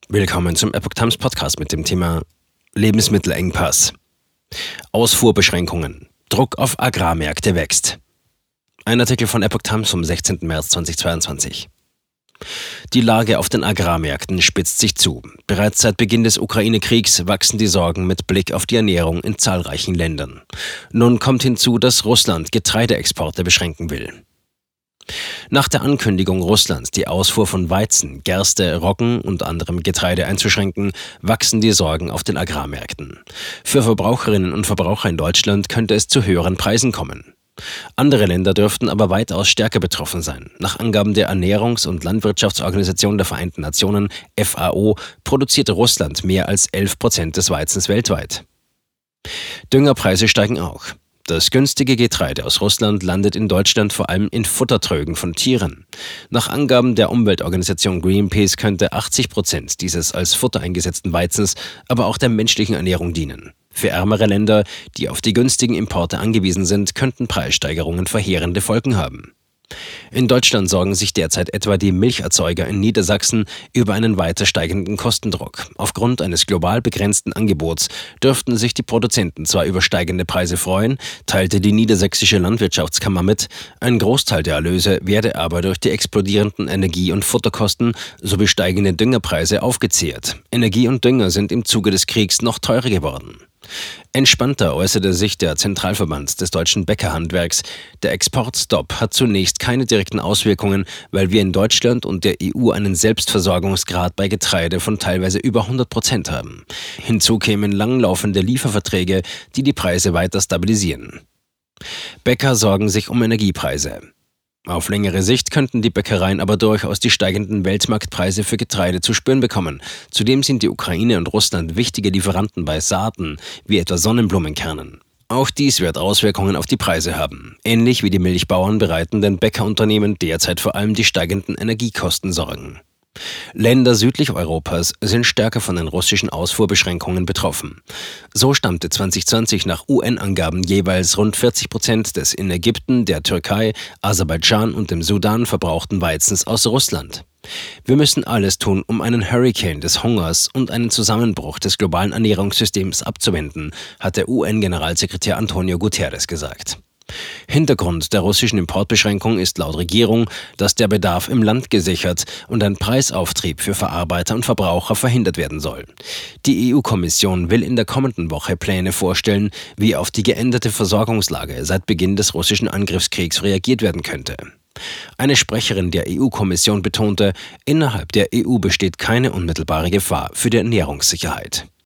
Willkommen zum Epoch Times Podcast mit dem Thema Lebensmittelengpass. Ausfuhrbeschränkungen. Druck auf Agrarmärkte wächst. Ein Artikel von Epoch Times vom 16. März 2022. Die Lage auf den Agrarmärkten spitzt sich zu. Bereits seit Beginn des Ukraine-Kriegs wachsen die Sorgen mit Blick auf die Ernährung in zahlreichen Ländern. Nun kommt hinzu, dass Russland Getreideexporte beschränken will. Nach der Ankündigung Russlands, die Ausfuhr von Weizen, Gerste, Roggen und anderem Getreide einzuschränken, wachsen die Sorgen auf den Agrarmärkten. Für Verbraucherinnen und Verbraucher in Deutschland könnte es zu höheren Preisen kommen. Andere Länder dürften aber weitaus stärker betroffen sein. Nach Angaben der Ernährungs- und Landwirtschaftsorganisation der Vereinten Nationen, FAO, produziert Russland mehr als 11% des Weizens weltweit. Düngerpreise steigen auch. Das günstige Getreide aus Russland landet in Deutschland vor allem in Futtertrögen von Tieren. Nach Angaben der Umweltorganisation Greenpeace könnte 80% dieses als Futter eingesetzten Weizens aber auch der menschlichen Ernährung dienen. Für ärmere Länder, die auf die günstigen Importe angewiesen sind, könnten Preissteigerungen verheerende Folgen haben. In Deutschland sorgen sich derzeit etwa die Milcherzeuger in Niedersachsen über einen weiter steigenden Kostendruck. Aufgrund eines global begrenzten Angebots dürften sich die Produzenten zwar über steigende Preise freuen, teilte die Niedersächsische Landwirtschaftskammer mit, ein Großteil der Erlöse werde aber durch die explodierenden Energie- und Futterkosten sowie steigende Düngerpreise aufgezehrt. Energie und Dünger sind im Zuge des Kriegs noch teurer geworden. Entspannter äußerte sich der Zentralverband des deutschen Bäckerhandwerks. Der Exportstopp hat zunächst keine direkten Auswirkungen, weil wir in Deutschland und der EU einen Selbstversorgungsgrad bei Getreide von teilweise über 100% haben. Hinzu kämen langlaufende Lieferverträge, die die Preise weiter stabilisieren. Bäcker sorgen sich um Energiepreise. Auf längere Sicht könnten die Bäckereien aber durchaus die steigenden Weltmarktpreise für Getreide zu spüren bekommen. Zudem sind die Ukraine und Russland wichtige Lieferanten bei Saaten, wie etwa Sonnenblumenkernen. Auch dies wird Auswirkungen auf die Preise haben. Ähnlich wie die Milchbauern bereiten den Bäckerunternehmen derzeit vor allem die steigenden Energiekosten Sorgen. Länder südlich Europas sind stärker von den russischen Ausfuhrbeschränkungen betroffen. So stammte 2020 nach UN-Angaben jeweils rund 40% des in Ägypten, der Türkei, Aserbaidschan und dem Sudan verbrauchten Weizens aus Russland. Wir müssen alles tun, um einen Hurrikan des Hungers und einen Zusammenbruch des globalen Ernährungssystems abzuwenden, hat der UN-Generalsekretär Antonio Guterres gesagt. Hintergrund der russischen Importbeschränkung ist laut Regierung, dass der Bedarf im Land gesichert und ein Preisauftrieb für Verarbeiter und Verbraucher verhindert werden soll. Die EU-Kommission will in der kommenden Woche Pläne vorstellen, wie auf die geänderte Versorgungslage seit Beginn des russischen Angriffskriegs reagiert werden könnte. Eine Sprecherin der EU-Kommission betonte, innerhalb der EU besteht keine unmittelbare Gefahr für die Ernährungssicherheit.